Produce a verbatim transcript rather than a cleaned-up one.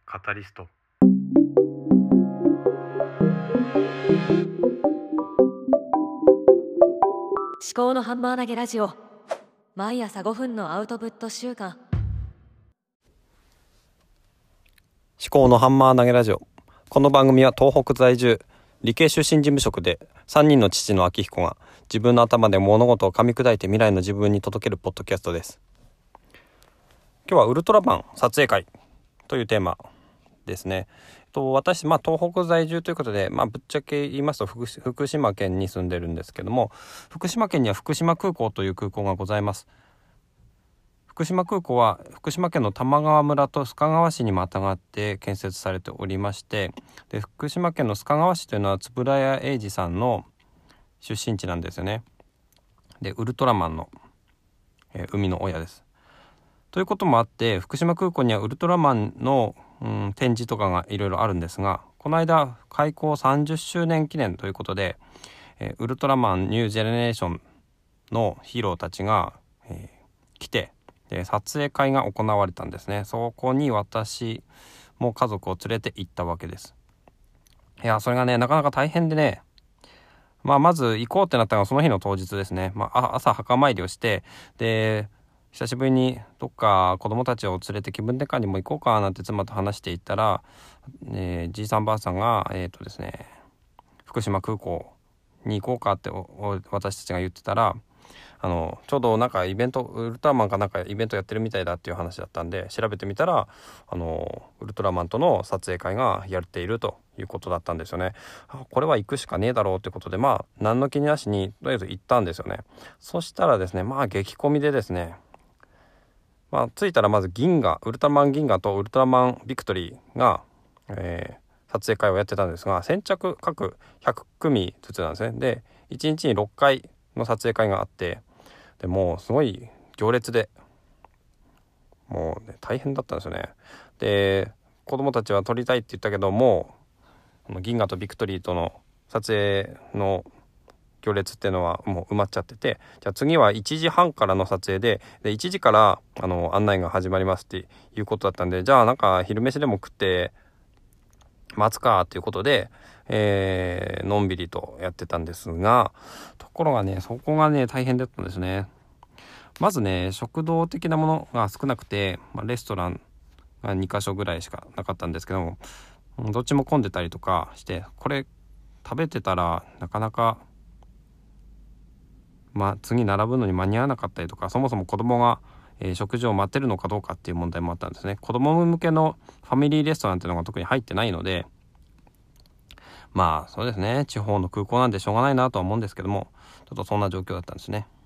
カタリスト。 思考のハンマー投げラジオ、毎朝ごふんのアウトプット週間。 思考のハンマー投げラジオ。この番組は東北在住、理系出身事務職でさんにんの父の明彦が自分の頭で物事を噛み砕いて未来の自分に届けるポッドキャストです。今日はウルトラマン撮影会というテーマですね。と私、まあ、東北在住ということで、まあ、ぶっちゃけ言いますと 福, 福島県に住んでるんですけども、福島県には福島空港という空港がございます。福島空港は福島県の玉川村と須賀川市にまたがって建設されておりまして、で福島県の須賀川市というのは円谷英二さんの出身地なんですよね。でウルトラマンの、えー、生みの親です。ということもあって福島空港にはウルトラマンの、うん、展示とかがいろいろあるんですが、この間開港さんじゅっしゅうねん記念ということで、えー、ウルトラマンニュージェネレーションのヒーローたちが、えー、来てで撮影会が行われたんですね。そこに私も家族を連れて行ったわけです。いやそれがねなかなか大変でね、まあ、まず行こうってなったのがその日の当日ですね。まあ、朝墓参りをしてで久しぶりにどっか子供たちを連れて気分転換にも行こうかなんて妻と話していったら、えー、じいさんばあさんがえっとですね福島空港に行こうかって私たちが言ってたら、あのちょうどなんかイベントウルトラマンかなんかイベントやってるみたいだっていう話だったんで調べてみたら、あのウルトラマンとの撮影会がやっているということだったんですよね。これは行くしかねえだろうってことで、まあ何の気になしにとりあえず行ったんですよね。そしたらですね、まあ激混みでですね、まあ着いたらまず銀河ウルトラマン銀河とウルトラマンビクトリーが、えー、撮影会をやってたんですが、先着各ひゃくくみずつなんですね。でいちにちにろっかいの撮影会があって、でもうすごい行列でもう、ね、大変だったんですよね。で子供たちは撮りたいって言ったけどもう銀河とビクトリーとの撮影の行列っていうのはもう埋まっちゃってて、じゃあ次はいちじはんからの撮影で、でいちじからあの案内が始まりますっていうことだったんで、じゃあなんか昼飯でも食って待つかっていうことで、えー、のんびりとやってたんですが、ところがねそこがね大変だったんですね。まずね食堂的なものが少なくて、まあ、レストランがにかしょぐらいしかなかったんですけども、どっちも混んでたりとかして、これ食べてたらなかなかまあ、次並ぶのに間に合わなかったりとか、そもそも子供が、えー、食事を待ってるのかどうかっていう問題もあったんですね。子供向けのファミリーレストランっていうのが特に入ってないので、まあそうですね、地方の空港なんでしょうがないなとは思うんですけども、ちょっとそんな状況だったんですね。